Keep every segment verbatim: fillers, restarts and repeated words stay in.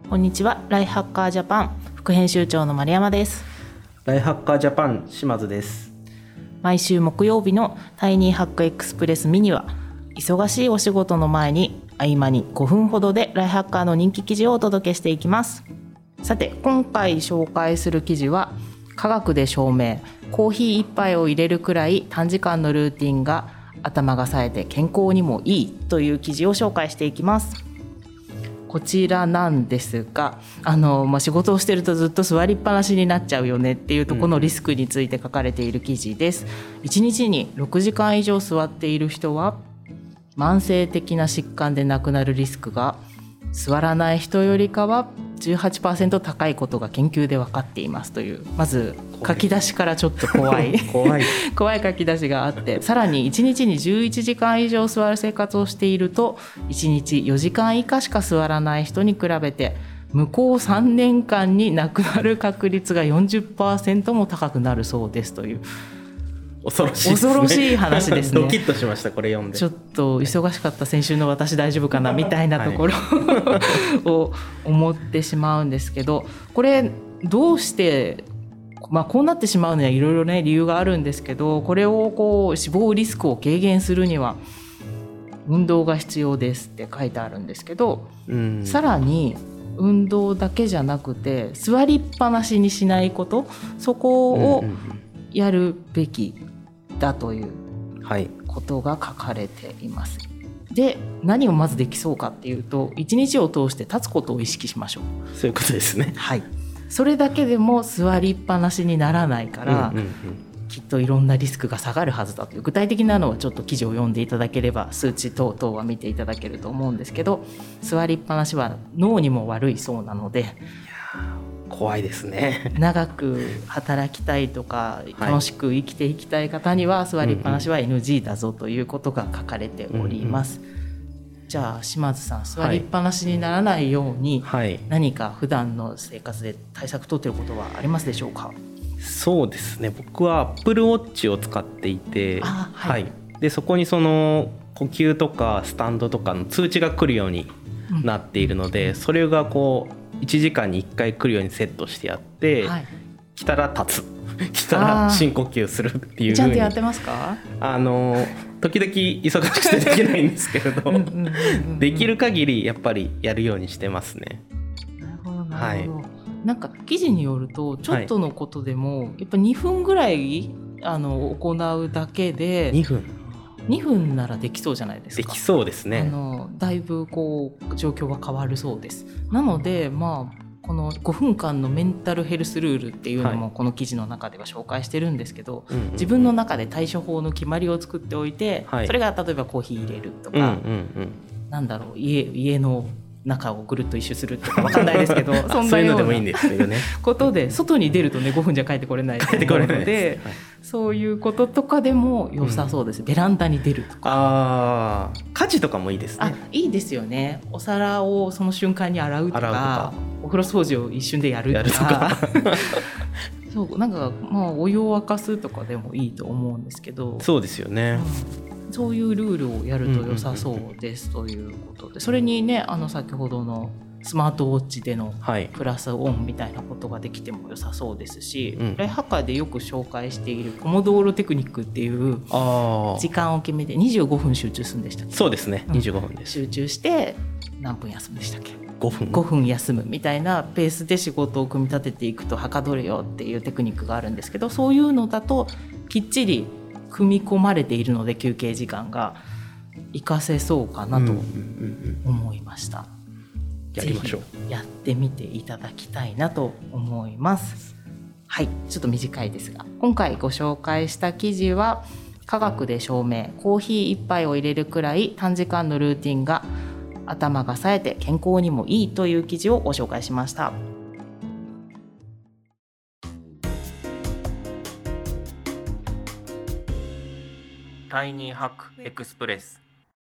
こんにちは。ライフハッカージャパン副編集長の丸山です。 ライフハッカージャパン島津です。 毎週木曜日のタイニーハックエクスプレスミニは、忙しいお仕事の前に合間にごふんほどでライフハッカーの人気記事をお届けしていきます。さて、今回紹介する記事は、科学で証明、コーヒー一杯を入れるくらい短時間のルーティンが頭が冴えて健康にもいいという記事を紹介していきます。こちらなんですが、あの、まあ、仕事をしてるとずっと座りっぱなしになっちゃうよねっていうところのリスクについて書かれている記事です。いちにちにろくじかん以上座っている人は慢性的な疾患で亡くなるリスクが座らない人よりかは じゅうはちパーセント 高いことが研究で分かっていますという、まず書き出しからちょっと怖い怖い怖い書き出しがあって、さらにいちにちにじゅういちじかん以上座る生活をしていると、いちにちよじかん以下しか座らない人に比べて向こうさんねんかんに亡くなる確率が よんじゅっパーセント も高くなるそうですという、 恐ろしいですね。 恐ろしい話ですね。 ドキッとしました、これ読んで。 ちょっと忙しかった先週の私大丈夫かなみたいなところ、はい、を思ってしまうんですけど、これどうして、まあ、こうなってしまうのにはいろいろね理由があるんですけど、これをこう死亡リスクを軽減するには運動が必要ですって書いてあるんですけど、うん、さらに運動だけじゃなくて座りっぱなしにしないこと、そこをやるべきだということが書かれています。で、何をまずできそうかっていうと、一日を通して立つことを意識しましょう。 そういうことですね。 はい。それだけでも座りっぱなしにならないから、うんうんうん、きっといろんなリスクが下がるはずだという、具体的なのはちょっと記事を読んでいただければ数値等々は見ていただけると思うんですけど、座りっぱなしは脳にも悪いそうなので、 怖いですね。 長く働きたいとか楽しく生きていきたい方には座りっぱなしは エヌジー だぞということが書かれております、うんうん、じゃあ島津さん、座りっぱなしにならないように何か普段の生活で対策取っていることはありますでしょうか？ そうですね、僕は Apple Watch を使っていて、 あ、はい、 はい、でそこにその呼吸とかスタンドとかの通知が来るようになっているので、うん、それがこういちじかんにいっかい来るようにセットしてやって、はい、来たら立つ来たら深呼吸するっていう風に。 ちゃんとやってますか？ あの時々忙しくてできないんですけれどできる限りやっぱりやるようにしてますね。 なるほどなるほど、はい、なんか記事によるとちょっとのことでも、はい、やっぱにふんぐらいあの行うだけでにふんにふんならできそうじゃないですか。 できそうですね。 あのだいぶこう状況が変わるそうです。なので、まあ、このごふんかんのメンタルヘルスルールっていうのもこの記事の中では紹介してるんですけど、はい、自分の中で対処法の決まりを作っておいて、はい、それが例えばコーヒー入れるとか、うんうんうん、なんだろう、家、家の中をぐるっと一周するとか分かんないですけどそんなようなことで外に出るとねごふんじゃ帰ってこれないと思うので、はい、そういうこととかでも良さそうです、うん、ベランダに出るとか。 あ、家事とかもいいですね。 あ、いいですよね。お皿をその瞬間に洗うとか、 洗うとか、 お風呂掃除を一瞬でやるとか、やるとかそうなんか、まあ、お湯を沸かすとかでもいいと思うんですけど。 そうですよね、 うん、そういうルールをやると良さそうですということで、それにね、あの先ほどのスマートウォッチでのプラスオンみたいなことができても良さそうですし、うん、ライフハッカーでよく紹介しているポモドーロテクニックっていう時間を決めてにじゅうごふん集中するんでしたっけ？ そうですね、にじゅうごふんです、 うん、集中して何分休むでしたっけ？ ごふんごふん休むみたいなペースで仕事を組み立てていくとはかどるよっていうテクニックがあるんですけど、そういうのだときっちり組み込まれているので休憩時間が活かせそうかなと思いました、うんうんうん、 やりましょう。 ぜひやってみていただきたいなと思います。はい、ちょっと短いですが、今回ご紹介した記事は科学で証明、コーヒー一杯を入れるくらい短時間のルーティンが頭が冴えて健康にもいいという記事をご紹介しました。 タイニーハックエクスプレス。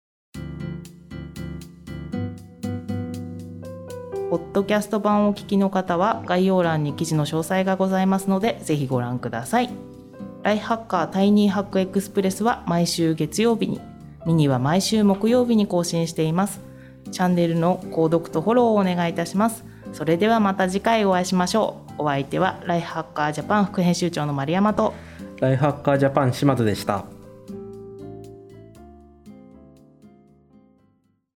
ポッドキャスト版をお聞きの方は概要欄に記事の詳細がございますのでぜひご覧ください。ライフハッカータイニーハックエクスプレスは毎週月曜日に、ミニは毎週木曜日に更新しています。チャンネルの購読とフォローをお願いいたします。 それではまた次回お会いしましょう。お相手はライフハッカージャパン副編集長の丸山とライフハッカージャパン島津でした。